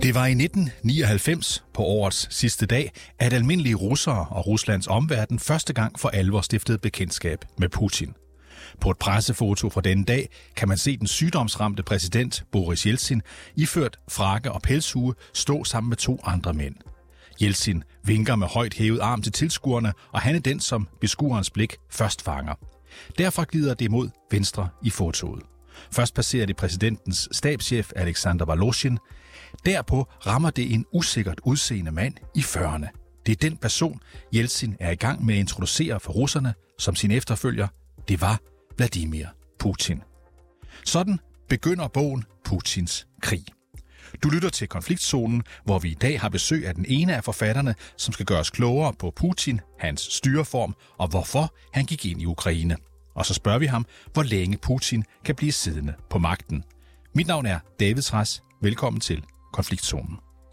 Det var i 1999, på årets sidste dag, at almindelige russere og Ruslands omverden første gang for alvor stiftede bekendtskab med Putin. På et pressefoto fra denne dag kan man se den sygdomsramte præsident Boris Jeltsin iført frakke og pelshue stå sammen med 2 andre mænd. Jeltsin vinker med højt hævet arm til tilskuerne, og han er den, som beskuerens blik først fanger. Derfra glider det mod venstre i fotoet. Først passerer det præsidentens stabschef Alexander Voloshin. Derpå rammer det en usikkert udseende mand i 40'erne. Det er den person, Jeltsin er i gang med at introducere for russerne som sin efterfølger. Det var Vladimir Putin. Sådan begynder bogen Putins krig. Du lytter til Konfliktzonen, hvor vi i dag har besøg af den ene af forfatterne, som skal gøre os klogere på Putin, hans styreform og hvorfor han gik ind i Ukraine. Og så spørger vi ham, hvor længe Putin kan blive siddende på magten. Mit navn er David Trads. Velkommen til Konfliktzonen.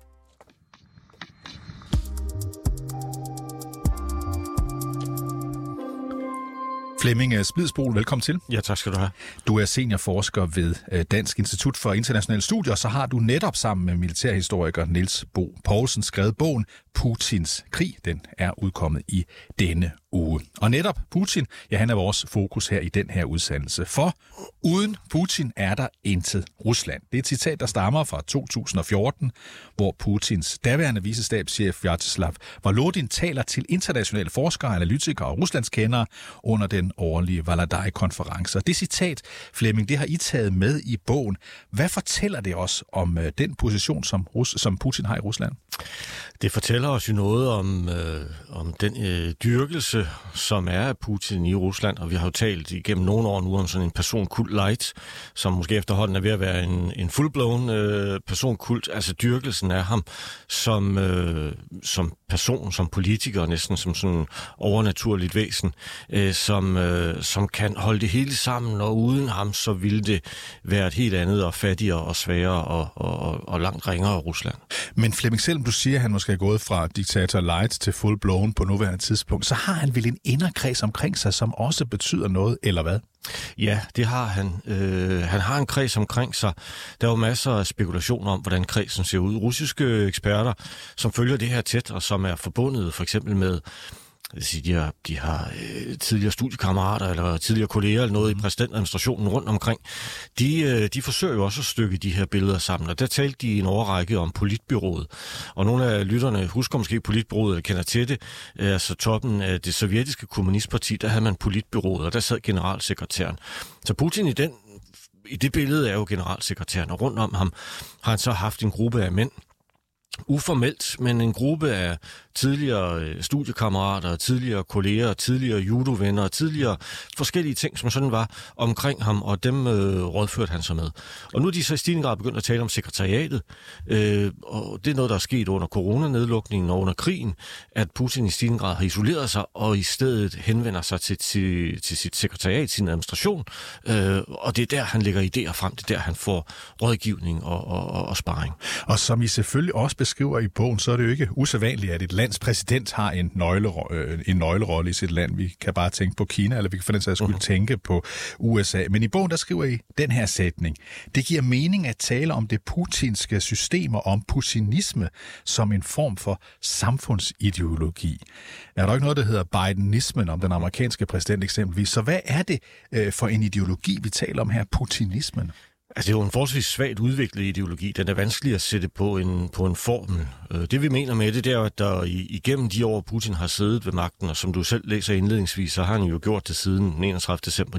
Flemming Splidsbol, velkommen til. Ja, tak skal du have. Du er seniorforsker ved Dansk Institut for Internationale Studier, og så har du netop sammen med militærhistoriker Niels Bo Poulsen skrevet bogen Putins krig. Den er udkommet i denne uge. Og netop Putin, ja, han er vores fokus her i den her udsendelse. For uden Putin er der intet Rusland. Det er et citat, der stammer fra 2014, hvor Putins daværende vicestabschef Vyacheslav Volodin taler til internationale forskere, analytikere og ruslandskendere under den årlige Valadai-konference. Det citat, Flemming, det har I taget med i bogen. Hvad fortæller det os om den position, som Putin har i Rusland? Det fortæller os jo noget om den dyrkelse, som er af Putin i Rusland, og vi har jo talt igennem nogle år nu om sådan en personkult light, som måske efterhånden er ved at være en full-blown personkult, altså dyrkelsen af ham som person, som politiker, næsten som sådan overnaturligt væsen, som kan holde det hele sammen, og uden ham, så ville det være et helt andet og fattigere og sværere og langt ringere Rusland. Men Flemming, selvom du siger, at han måske er gået fra diktator light til full-blown på nuværende tidspunkt, så har han vel en inderkreds omkring sig, som også betyder noget, eller hvad? Ja, det har han. Han har en kreds omkring sig. Der er jo masser af spekulationer om, hvordan kredsen ser ud. Russiske eksperter, som følger det her tæt, og som er forbundet for eksempel med de har tidligere studiekammerater eller tidligere kolleger eller noget i præsidentadministrationen rundt omkring. De forsøger jo også at stykke de her billeder sammen, og der talte de i en overrække om politbyrået. Og nogle af lytterne husker måske politbyrået eller kender til det. Altså toppen af det sovjetiske kommunistparti, der havde man politbyrået, og der sad generalsekretæren. Så Putin i det billede er jo generalsekretæren, og rundt om ham har han så haft en gruppe af mænd, uformelt, men en gruppe af tidligere studiekammerater, tidligere kolleger, tidligere judovenner, tidligere forskellige ting, som sådan var omkring ham, og dem rådførte han sig med. Og nu er de så i stigende grad begyndt at tale om sekretariatet, og det er noget, der er sket under coronanedlukningen og under krigen, at Putin i stigende grad har isoleret sig, og i stedet henvender sig til sit sekretariat, sin administration, og det er der, han lægger idéer frem, det er der, han får rådgivning og sparring. Og som I selvfølgelig også beskriver i bogen, så er det jo ikke usædvanligt, at et lands præsident har en nøglerolle i sit land. Vi kan bare tænke på Kina, eller vi kan for den sags skyld tænke på USA. Men i bogen, der skriver I den her sætning. Det giver mening at tale om det putinske system og om putinisme som en form for samfundsideologi. Er der ikke noget, der hedder Bidenismen om den amerikanske præsident eksempelvis? Så hvad er det for en ideologi, vi taler om her, putinismen? Altså, det er jo en forholdsvis svagt udviklet ideologi. Den er vanskelig at sætte på en formel. Det vi mener med det er, at der igennem de år, Putin har siddet ved magten, og som du selv læser indledningsvis, så har han jo gjort det siden den 31. december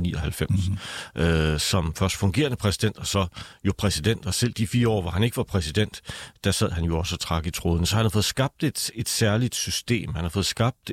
99, som først fungerende præsident, og så jo præsident. Og selv de 4 år, hvor han ikke var præsident, der sad han jo også og trak i tråden. Så han har fået skabt et særligt system. Han har fået skabt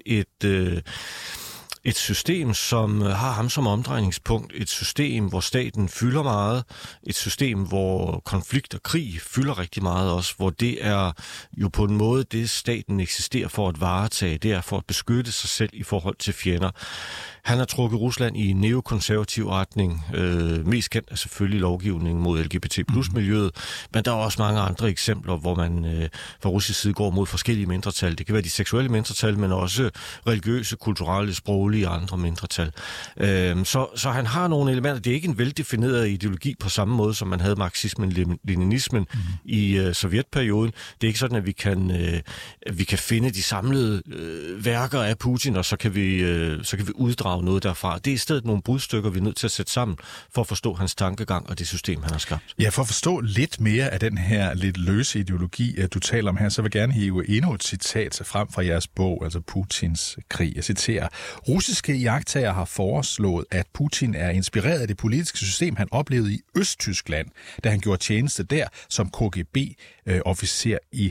et system, som har ham som omdrejningspunkt, et system, hvor staten fylder meget, et system, hvor konflikt og krig fylder rigtig meget også, hvor det er jo på en måde det, staten eksisterer for at varetage, det er for at beskytte sig selv i forhold til fjender. Han har trukket Rusland i neokonservativ retning. Mest kendt er selvfølgelig lovgivningen mod LGBT+-miljøet, men der er også mange andre eksempler, hvor man fra russisk side går mod forskellige mindretal. Det kan være de seksuelle mindretal, men også religiøse, kulturelle, sproglige og andre mindretal. Så han har nogle elementer. Det er ikke en veldefineret ideologi på samme måde, som man havde marxismen-leninismen i sovjetperioden. Det er ikke sådan, at vi kan finde de samlede værker af Putin, og så kan vi uddrage noget derfra. Det er i stedet nogle brudstykker, vi er nødt til at sætte sammen for at forstå hans tankegang og det system, han har skabt. Ja, for at forstå lidt mere af den her lidt løse ideologi, du taler om her, så vil jeg gerne hive endnu et citat frem fra jeres bog, altså Putins krig. Jeg citerer: russiske iagttagere har foreslået, at Putin er inspireret af det politiske system, han oplevede i Østtyskland, da han gjorde tjeneste der som KGB-officer i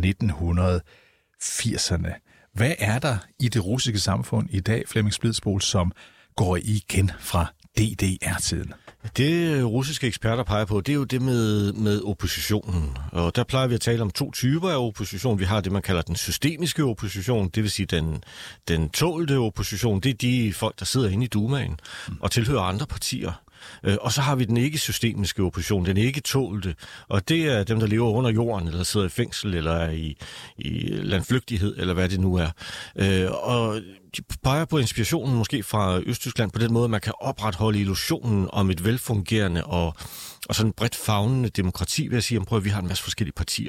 1980'erne. Hvad er der i det russiske samfund i dag, Flemming Splidsboel, som går igen fra DDR-tiden? Det russiske eksperter peger på, det er jo det med oppositionen. Og der plejer vi at tale om to typer af opposition. Vi har det, man kalder den systemiske opposition, det vil sige den tålte opposition. Det er de folk, der sidder inde i Dumaen og tilhører andre partier. Og så har vi den ikke-systemiske opposition, den ikke-tålte, og det er dem, der lever under jorden, eller sidder i fængsel, eller er i landflygtighed, eller hvad det nu er. Og de peger på inspirationen måske fra Østtyskland på den måde, at man kan opretholde illusionen om et velfungerende og sådan bredt favnende demokrati, vil jeg sige. Prøv at vi har en masse forskellige partier.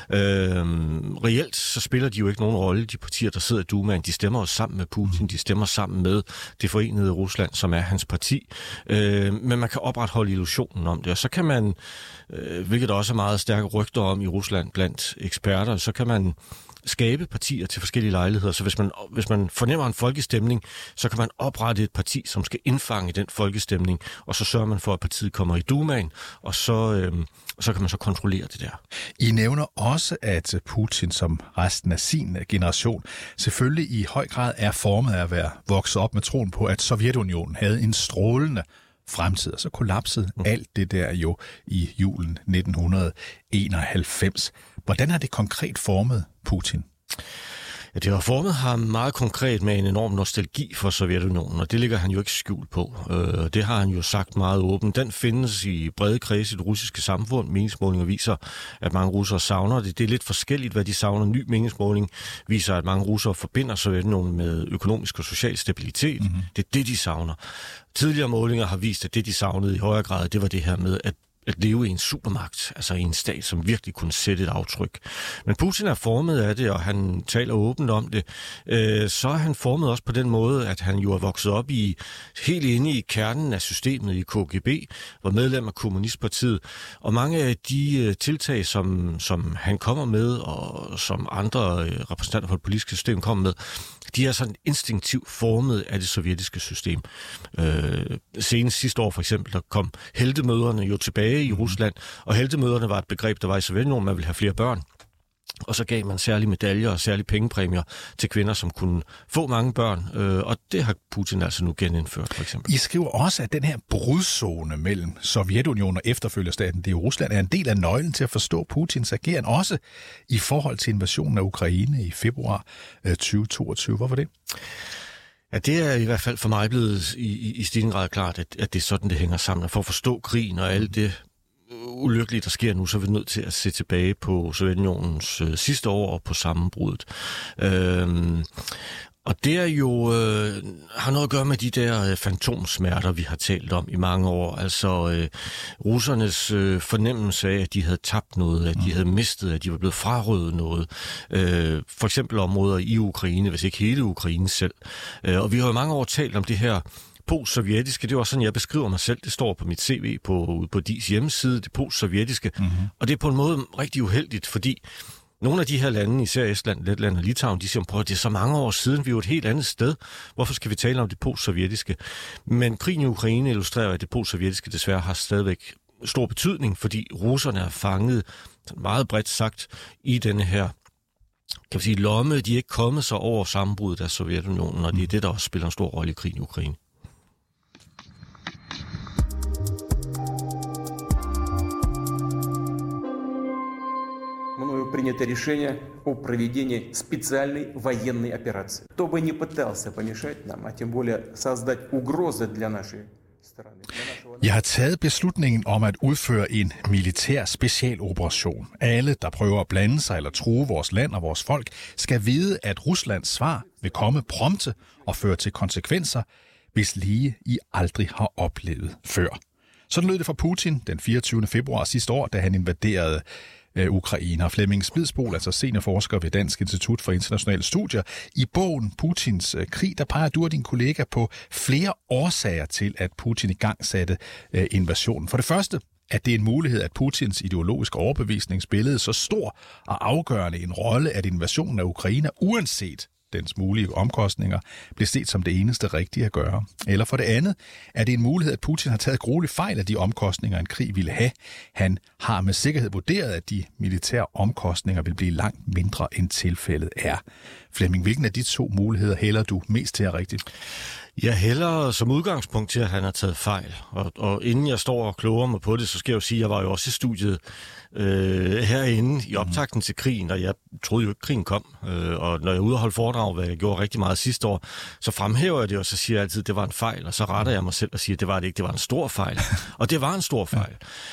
Reelt så spiller de jo ikke nogen rolle, de partier, der sidder i Dumaen. De stemmer jo sammen med Putin, de stemmer sammen med det forenede Rusland, som er hans parti. Men man kan opretholde illusionen om det, og så kan man, hvilket også er meget stærke rygter om i Rusland blandt eksperter, så kan man skabe partier til forskellige lejligheder. Så hvis man fornemmer en folkestemning, så kan man oprette et parti, som skal indfange den folkestemning, og så sørger man for, at partiet kommer i Dumaen, og så kan man så kontrollere det der. I nævner også, at Putin, som resten af sin generation, selvfølgelig i høj grad er formet af at være vokset op med troen på, at Sovjetunionen havde en strålende fremtid, og så kollapsede alt det der jo i julen 1991. Hvordan har det konkret formet Putin? Ja, det har formet ham meget konkret med en enorm nostalgi for Sovjetunionen, og det ligger han jo ikke skjult på. Det har han jo sagt meget åbent. Den findes i brede kreds i det russiske samfund. Meningsmålinger viser, at mange russere savner det. Det er lidt forskelligt, hvad de savner. Ny meningsmåling viser, at mange russere forbinder Sovjetunionen med økonomisk og social stabilitet. Mm-hmm. Det er det, de savner. Tidligere målinger har vist, at det, de savnede i højere grad, det var det her med at leve i en supermagt, altså i en stat, som virkelig kunne sætte et aftryk. Men Putin er formet af det, og han taler åbent om det. Så er han formet også på den måde, at han jo er vokset op helt inde i kernen af systemet i KGB, var medlem af Kommunistpartiet, og mange af de tiltag, som han kommer med, og som andre repræsentanter for det politiske system kommer med, de er sådan instinktivt formet af det sovjetiske system. Senest sidste år for eksempel, der kom heltemødrene jo tilbage i Rusland, og heltemødrene var et begreb, der var i Sovjetunionen, man ville have flere børn. Og så gav man særlige medaljer og særlige pengepræmier til kvinder, som kunne få mange børn, og det har Putin altså nu genindført, for eksempel. I skriver også, at den her brudzone mellem Sovjetunionen og efterfølgerstaten, det er Rusland, er en del af nøglen til at forstå Putins ageren, også i forhold til invasionen af Ukraine i februar 2022. Hvorfor det? Ja, det er i hvert fald for mig blevet i stigende grad klart, at det er sådan, det hænger sammen. Og for at forstå krigen og alt det ulykkelige, der sker nu, så er vi nødt til at se tilbage på Sovjetunionens sidste år og på sammenbruddet. Og det er jo, har noget at gøre med de der fantomsmerter, vi har talt om i mange år. Altså russernes fornemmelse af, at de havde tabt noget, at de havde mistet, at de var blevet frarøvet noget. For eksempel områder i Ukraine, hvis ikke hele Ukraine selv. Og vi har jo mange år talt om det her post-sovjetiske, det var sådan, jeg beskriver mig selv. Det står på mit CV på DIS hjemmeside, det post-sovjetiske. Mm-hmm. Og det er på en måde rigtig uheldigt, fordi nogle af de her lande, især Estland, Letland og Litauen, de siger, prøv at det er så mange år siden, vi er jo et helt andet sted. Hvorfor skal vi tale om det post-sovjetiske? Men krigen i Ukraine illustrerer, at det post-sovjetiske desværre har stadigvæk stor betydning, fordi russerne er fanget, meget bredt sagt, i denne her, kan vi sige, lomme. De er ikke kommet så over sammenbruddet af Sovjetunionen, og det er det, der også spiller en stor rolle i krigen i Ukraine. принято решение о проведении специальной военной операции. Кто бы не пытался помешать нам, а тем более создать угрозы для нашей страны. Jeg har taget beslutningen om at udføre en militær specialoperation. Alle, der prøver at blande sig eller true vores land og vores folk, skal vide, at Ruslands svar vil komme prompte og føre til konsekvenser, hvis lige I aldrig har oplevet før. Sådan lød det fra Putin den 24. februar sidste år, da han invaderede Ukraine. Flemming Spidsbol, altså seniorforsker ved Dansk Institut for Internationale Studier. I bogen Putins krig, der peger du og din kollega på flere årsager til, at Putin igangsatte invasionen. For det første, at det er en mulighed, at Putins ideologiske overbevisning spillede så stor og afgørende en rolle, at invasionen af Ukraine, uanset dens mulige omkostninger, blev set som det eneste rigtige at gøre. Eller for det andet, er det en mulighed, at Putin har taget grueligt fejl af de omkostninger, en krig ville have. Han har med sikkerhed vurderet, at de militære omkostninger vil blive langt mindre, end tilfældet er. Flemming, hvilken af de to muligheder hælder du mest til at rigtigt? Jeg hælder som udgangspunkt til, at han har taget fejl. Og inden jeg står og kloger mig på det, så skal jeg jo sige, at jeg var jo også i studiet herinde i optakten til krigen, og jeg troede jo ikke, krigen kom. Og når jeg er ude og holde foredrag, hvad jeg gjorde rigtig meget sidste år, så fremhæver jeg det, og så siger jeg altid, at det var en fejl, og så retter jeg mig selv og siger, at det var det ikke, det var en stor fejl. Og det var en stor fejl.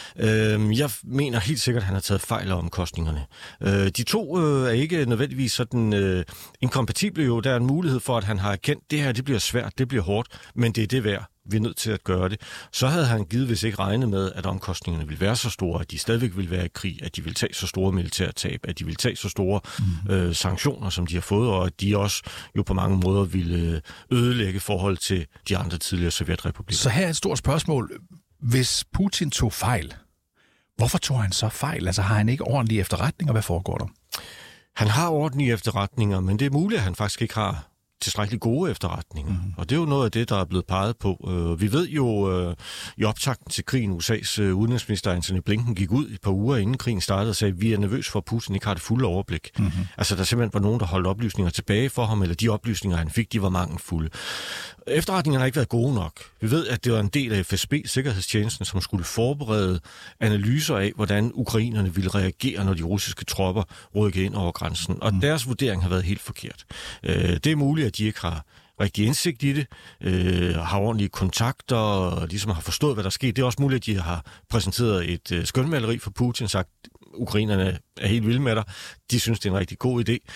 Jeg mener helt sikkert, at han har taget fejl af omkostningerne. De to er ikke nødvendigvis sådan inkompatible jo. Der er en mulighed for, at han har erkendt, det her det bliver svært, det bliver hårdt, men det er det værd. Vi er nødt til at gøre det. Så havde han givetvis ikke regnet med, at omkostningerne ville være så store, at de stadigvæk ville være i krig, at de ville tage så store militære tab, at de ville tage så store sanktioner, som de har fået, og at de også jo på mange måder ville ødelægge forhold til de andre tidligere sovjetrepublikker. Så her er et stort spørgsmål. Hvis Putin tog fejl, hvorfor tog han så fejl? Altså har han ikke ordentlige efterretninger? Hvad foregår der? Han har ordentlige efterretninger, men det er muligt, at han faktisk ikke har tilstrækkeligt gode efterretninger. Og det er jo noget af det, der er blevet peget på. Vi ved jo i optakten til krigen, USA's udenrigsminister Antony Blinken gik ud et par uger inden krigen startede og sagde, at vi er nervøs for, at Putin ikke har det fulde overblik. Altså der simpelthen var nogen, der holdt oplysninger tilbage for ham, eller de oplysninger, han fik, de var mangelfulde. Efterretningerne har ikke været gode nok. Vi ved, at det var en del af FSB, Sikkerhedstjenesten, som skulle forberede analyser af, hvordan ukrainerne ville reagere, når de russiske tropper rykkede ind over grænsen. Og deres vurdering har været helt forkert. Det er muligt, at de ikke har rigtig indsigt i det, har ordentlige kontakter, og ligesom har forstået, hvad der sker. Det er også muligt, at de har præsenteret et skønmaleri for Putin, sagt, ukrainerne er helt vilde med dig. De synes, det er en rigtig god idé.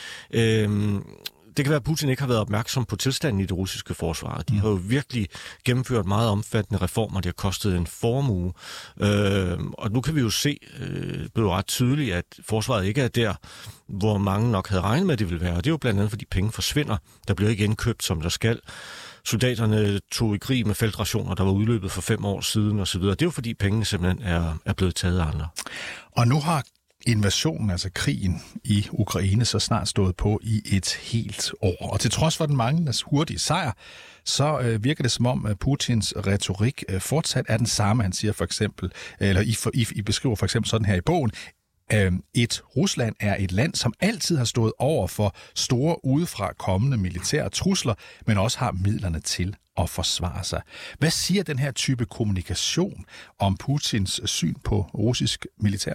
Det kan være, at Putin ikke har været opmærksom på tilstanden i det russiske forsvar. De har jo virkelig gennemført meget omfattende reformer, det har kostet en formue. Og nu kan vi jo se, det blev ret tydeligt, at forsvaret ikke er der, hvor mange nok havde regnet med, at det ville være. Og det er jo blandt andet, fordi penge forsvinder. Der bliver ikke indkøbt, som der skal. Soldaterne tog i krig med feltrationer, der var udløbet for 5 år siden osv. Det er jo fordi pengene simpelthen er blevet taget af andre. Og nu har invasionen, altså krigen i Ukraine, så snart stået på i et helt år. Og til trods for den manglende hurtige sejr, så virker det som om, at Putins retorik fortsat er den samme. Han siger for eksempel, eller I beskriver for eksempel sådan her i bogen, Rusland er et land, som altid har stået over for store udefra kommende militære trusler, men også har midlerne til at forsvare sig. Hvad siger den her type kommunikation om Putins syn på russisk militær?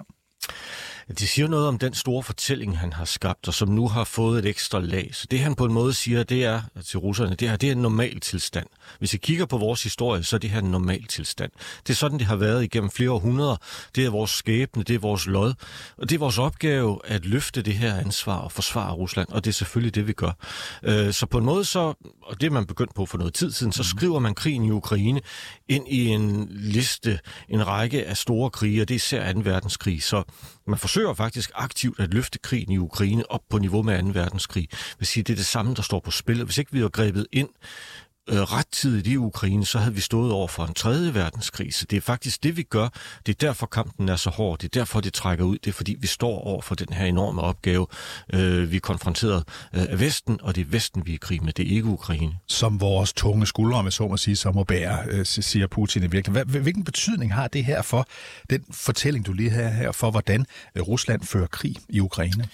Det siger noget om den store fortælling, han har skabt, og som nu har fået et ekstra lag. Så det, han på en måde siger, det er til russerne, det er en normal tilstand. Hvis I kigger på vores historie, så er det her en normal tilstand. Det er sådan, det har været igennem flere århundreder. Det er vores skæbne, det er vores lod. Og det er vores opgave at løfte det her ansvar og forsvare Rusland, og det er selvfølgelig det, vi gør. Så på en måde så, og det er man begyndt på for noget tid siden, så skriver man krigen i Ukraine ind i en liste, en række af store krige, og det er især 2. verdenskrig. Så man forsøger faktisk aktivt at løfte krigen i Ukraine op på niveau med 2. verdenskrig. Jeg vil sige, det er det samme, der står på spil. Hvis ikke vi havde grebet ind rettidigt i Ukraine, så havde vi stået over for en 3. verdenskrig. Så det er faktisk det, vi gør. Det er derfor kampen er så hård. Det er derfor, det trækker ud. Det er fordi, vi står over for den her enorme opgave. Vi er konfronteret af Vesten, og det er Vesten, vi er i krig med. Det er ikke Ukraine. Som vores tunge skuldre, med så må sige, som må bære, siger Putin i virkeligheden. Hvilken betydning har det her for den fortælling, du lige har her, for hvordan Rusland fører krig i Ukraine?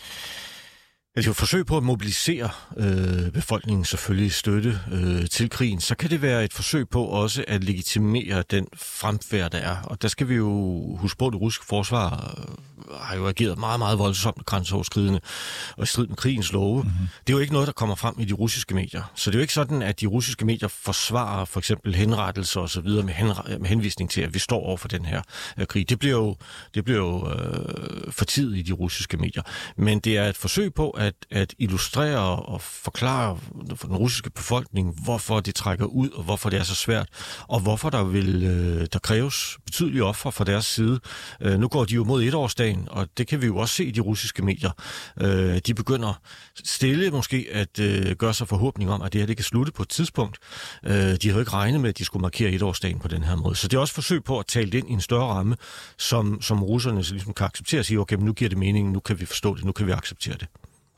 Det er jo et forsøg på at mobilisere befolkningen selvfølgelig støtte til krigen. Så kan det være et forsøg på også at legitimere den fremfærd, der er. Og der skal vi jo huske på, at det russiske forsvar har jo ageret meget, meget voldsomt grænseoverskridende og i strid med krigens love. Mm-hmm. Det er jo ikke noget, der kommer frem i de russiske medier. Så det er jo ikke sådan, at de russiske medier forsvarer for eksempel henrettelser og så videre med henvisning til, at vi står over for den her krig. Det bliver jo fortidet i de russiske medier. Men det er et forsøg på at illustrere og forklare for den russiske befolkning, hvorfor det trækker ud, og hvorfor det er så svært, og hvorfor der kræves betydelige ofre fra deres side. Nu går de jo mod etårsdagen, og det kan vi jo også se i de russiske medier. De begynder stille måske at gøre sig forhåbning om, at det her det kan slutte på et tidspunkt. De har jo ikke regnet med, at de skulle markere etårsdagen på den her måde. Så det er også forsøg på at tale det ind i en større ramme, som russerne så ligesom kan acceptere og sige, okay, men nu giver det mening, nu kan vi forstå det, nu kan vi acceptere det.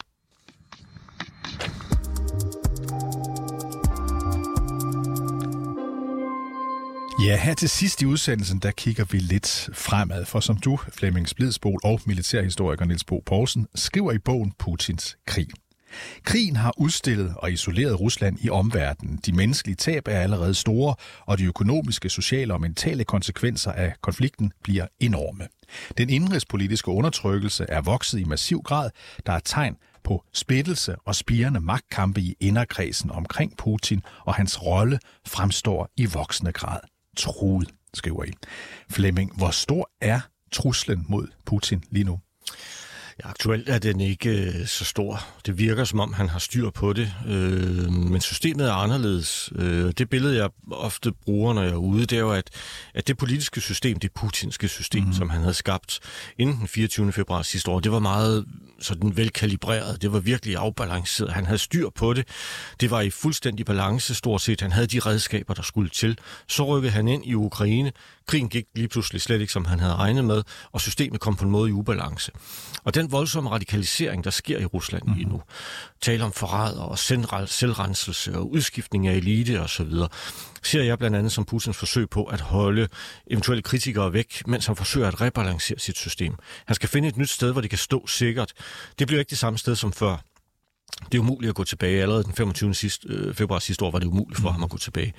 Ja, her til sidst i udsendelsen, der kigger vi lidt fremad, for som du, Flemming Splidsbol og militærhistoriker Niels Bo Poulsen, skriver i bogen Putins krig. Krigen har udstillet og isoleret Rusland i omverdenen. De menneskelige tab er allerede store, og de økonomiske, sociale og mentale konsekvenser af konflikten bliver enorme. Den indenrigspolitiske undertrykkelse er vokset i massiv grad. Der er tegn på splittelse og spirende magtkampe i inderkredsen omkring Putin, og hans rolle fremstår i voksende grad truet, skriver I. Flemming, hvor stor er truslen mod Putin lige nu? Ja, aktuelt er den ikke så stor. Det virker, som om han har styr på det, men systemet er anderledes. Det billede, jeg ofte bruger, når jeg er ude, det er jo, at det politiske system, det putinske system, som han havde skabt inden den 24. februar sidste år, det var meget sådan velkalibreret. Det var virkelig afbalanceret. Han havde styr på det. Det var i fuldstændig balance, stort set. Han havde de redskaber, der skulle til. Så rykkede han ind i Ukraine. Krigen gik lige pludselig slet ikke, som han havde regnet med, og systemet kom på en måde i ubalance. Og den voldsomme radikalisering, der sker i Rusland lige nu, taler om forræder og selvrenselse og udskiftning af elite osv., ser jeg blandt andet som Putins forsøg på at holde eventuelle kritikere væk, mens han forsøger at rebalancere sit system. Han skal finde et nyt sted, hvor det kan stå sikkert. Det bliver ikke det samme sted som før. Det er umuligt at gå tilbage. Allerede den 25. februar sidste år var det umuligt for ham at gå tilbage.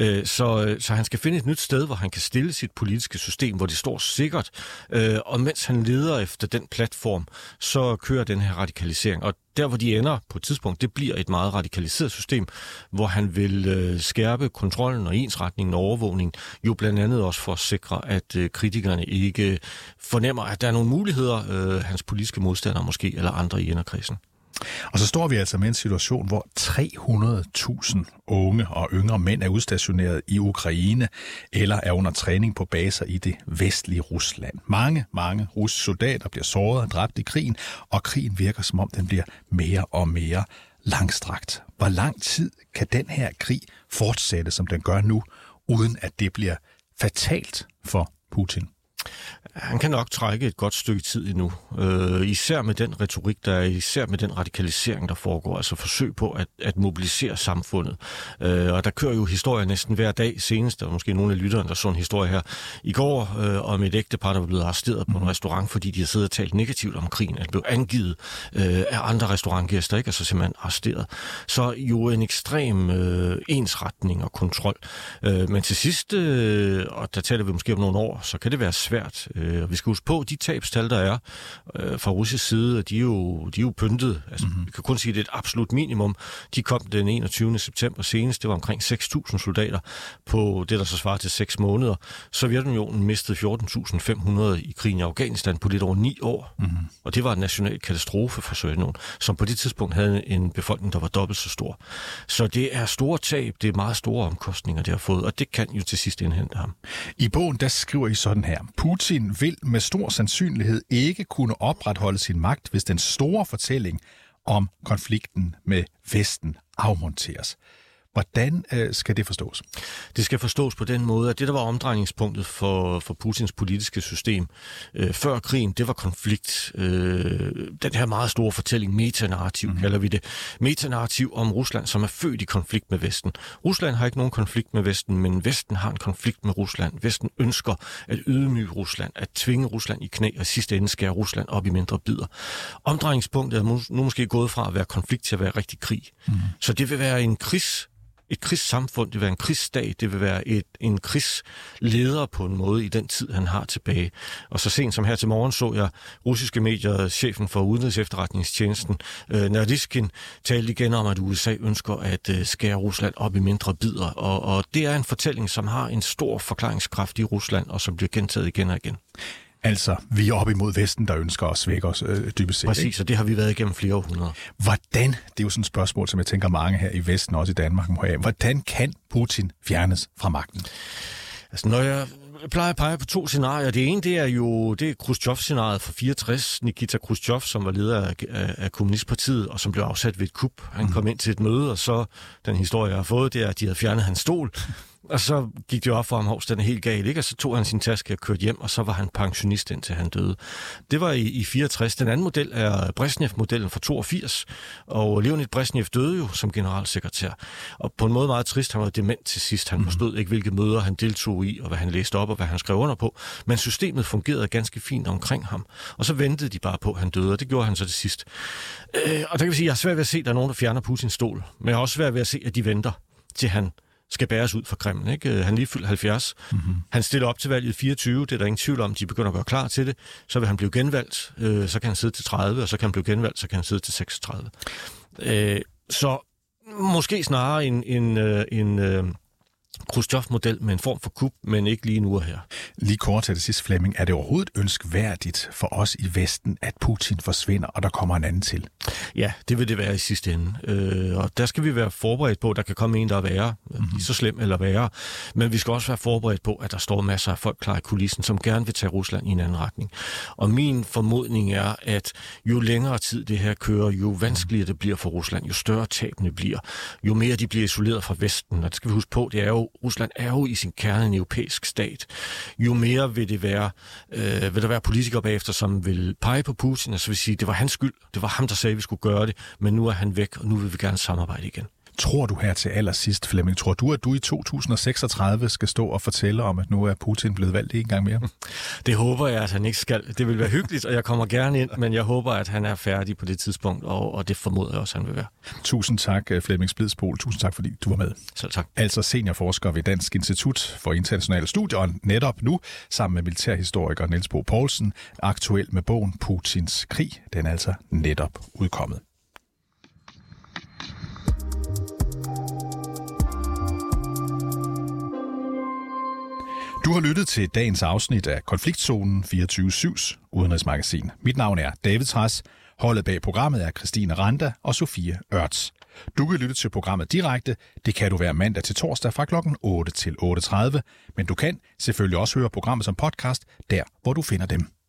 Så han skal finde et nyt sted, hvor han kan stille sit politiske system, hvor det står sikkert. Og mens han leder efter den platform, så kører den her radikalisering. Og der, hvor de ender på et tidspunkt, det bliver et meget radikaliseret system, hvor han vil skærpe kontrollen og ensretningen og overvågningen, jo blandt andet også for at sikre, at kritikerne ikke fornemmer, at der er nogle muligheder, hans politiske modstandere måske, eller andre i inderkredsen. Og så står vi altså med en situation, hvor 300.000 unge og yngre mænd er udstationeret i Ukraine eller er under træning på baser i det vestlige Rusland. Mange russiske soldater bliver såret og dræbt i krigen, og krigen virker som om den bliver mere og mere langstrakt. Hvor lang tid kan den her krig fortsætte, som den gør nu, uden at det bliver fatalt for Putin? Han kan nok trække et godt stykke tid endnu. Især med den retorik, der er, især med den radikalisering, der foregår, altså forsøg på at mobilisere samfundet. Og der kører jo historier næsten hver dag. Senest, der var måske nogle af lytterne, der så en historie her i går, om et ægtepar, der var blevet arresteret på en restaurant, fordi de havde siddet og talt negativt om krigen. Det blev angivet af andre restaurantgæster, ikke? Altså simpelthen arresteret. Så jo en ekstrem ensretning og kontrol. Men til sidst, og der taler vi måske om nogle år, så kan det være svært. Vi skal huske på, de tabstal, der er fra russisk side, de er jo pyntet. Altså, vi kan kun sige, at det er et absolut minimum. De kom den 21. september senest. Det var omkring 6.000 soldater på det, der så svarer til 6 måneder. Sovjetunionen mistede 14.500 i krigen i Afghanistan på lidt over 9 år. Og det var en national katastrofe for Sovjetunionen, som på det tidspunkt havde en befolkning, der var dobbelt så stor. Så det er store tab, det er meget store omkostninger, det har fået, og det kan jo til sidst indhente ham. I bogen, der skriver I sådan her. Putin vil med stor sandsynlighed ikke kunne opretholde sin magt, hvis den store fortælling om konflikten med Vesten afmonteres. Hvordan skal det forstås? Det skal forstås på den måde, at det, der var omdrejningspunktet for Putins politiske system før krigen, det var konflikt. Den her meget store fortælling, metanarrativ kalder vi det. Metanarrativ om Rusland, som er født i konflikt med Vesten. Rusland har ikke nogen konflikt med Vesten, men Vesten har en konflikt med Rusland. Vesten ønsker at ydmyge Rusland, at tvinge Rusland i knæ, og i sidste ende skære Rusland op i mindre bidder. Omdrejningspunktet er nu måske gået fra at være konflikt til at være rigtig krig. Så det vil være et krigssamfund, det vil være en krigsstat, det vil være en krigsleder på en måde i den tid, han har tilbage. Og så sent som her til morgen så jeg russiske medier, chefen for Udenrigsefterretningstjenesten, Naryshkin, talte igen om, at USA ønsker at skære Rusland op i mindre bidder. Og det er en fortælling, som har en stor forklaringskraft i Rusland, og som bliver gentaget igen og igen. Altså, vi er op imod Vesten, der ønsker at svække os dybest set. Præcis, og det har vi været igennem flere århundreder. Hvordan, det er jo sådan et spørgsmål, som jeg tænker mange her i Vesten, også i Danmark, må have. Hvordan kan Putin fjernes fra magten? Altså, når jeg plejer at pege på 2 scenarier. Det ene, det er Khrushchev-scenariet fra 64. Nikita Khrushchev, som var leder af Kommunistpartiet, og som blev afsat ved et kup. Han kom ind til et møde, og så, den historie, jeg har fået, det er, at de havde fjernet hans stol. Og så gik det op for ham, den er helt galt, ikke? Og så tog han sin taske og kørte hjem, og så var han pensionist, indtil han døde. Det var i 64. Den anden model er Brezhnev-modellen fra 82, og Leonid Brezhnev døde jo som generalsekretær. Og på en måde meget trist, han var dement til sidst. Han forstod ikke, hvilke møder han deltog i, og hvad han læste op, og hvad han skrev under på. Men systemet fungerede ganske fint omkring ham. Og så ventede de bare på, at han døde, og det gjorde han så til sidst. Og der kan vi sige, at jeg har svært ved at se, at der er nogen, der fjerner Putins stol. Men jeg har også svært ved at se, at de venter til han skal bæres ud fra Kreml. Ikke? Han lige fyldt 70. Han stiller op til valget i 24. Det er der ingen tvivl om. De begynder at gøre klar til det. Så vil han blive genvalgt. Så kan han sidde til 30, og så kan han blive genvalgt. Så kan han sidde til 36. Så måske snarere en Khrushchev-model med en form for kup, men ikke lige nu og her. Lige kort til det sidste, Flemming. Er det overhovedet ønskværdigt for os i Vesten, at Putin forsvinder, og der kommer en anden til? Ja, det vil det være i sidste ende. Og der skal vi være forberedt på, at der kan komme en, der er værre, lige så slem eller værre. Men vi skal også være forberedt på, at der står masser af folk klar i kulissen, som gerne vil tage Rusland i en anden retning. Og min formodning er, at jo længere tid det her kører, jo vanskeligere det bliver for Rusland, jo større tabene bliver, jo mere de bliver isoleret fra Vesten. Og det skal vi huske på, det er jo Rusland er jo i sin kerne en europæisk stat. Jo mere vil der være politikere bagefter, som vil pege på Putin, og så vil sige, det var hans skyld, det var ham, der sagde, at vi skulle gøre det, men nu er han væk, og nu vil vi gerne samarbejde igen. Tror du her til allersidst, Flemming, tror du, at du i 2036 skal stå og fortælle om, at nu er Putin blevet valgt en gang mere? Det håber jeg, at han ikke skal. Det vil være hyggeligt, og jeg kommer gerne ind, men jeg håber, at han er færdig på det tidspunkt, og det formoder jeg også, han vil være. Tusind tak, Flemming Splidsbol. Tusind tak, fordi du var med. Selv tak. Altså seniorforsker ved Dansk Institut for Internationale Studier, og netop nu sammen med militærhistoriker Niels Bo Poulsen, aktuel med bogen Putins krig. Den er altså netop udkommet. Du har lyttet til dagens afsnit af Konfliktzonen 24/7's udenrigsmagasin. Mit navn er David Trads. Holdet bag programmet er Christine Randa og Sofie Ørts. Du kan lytte til programmet direkte. Det kan du hver mandag til torsdag fra kl. 8 til 8:30. Men du kan selvfølgelig også høre programmet som podcast, der hvor du finder dem.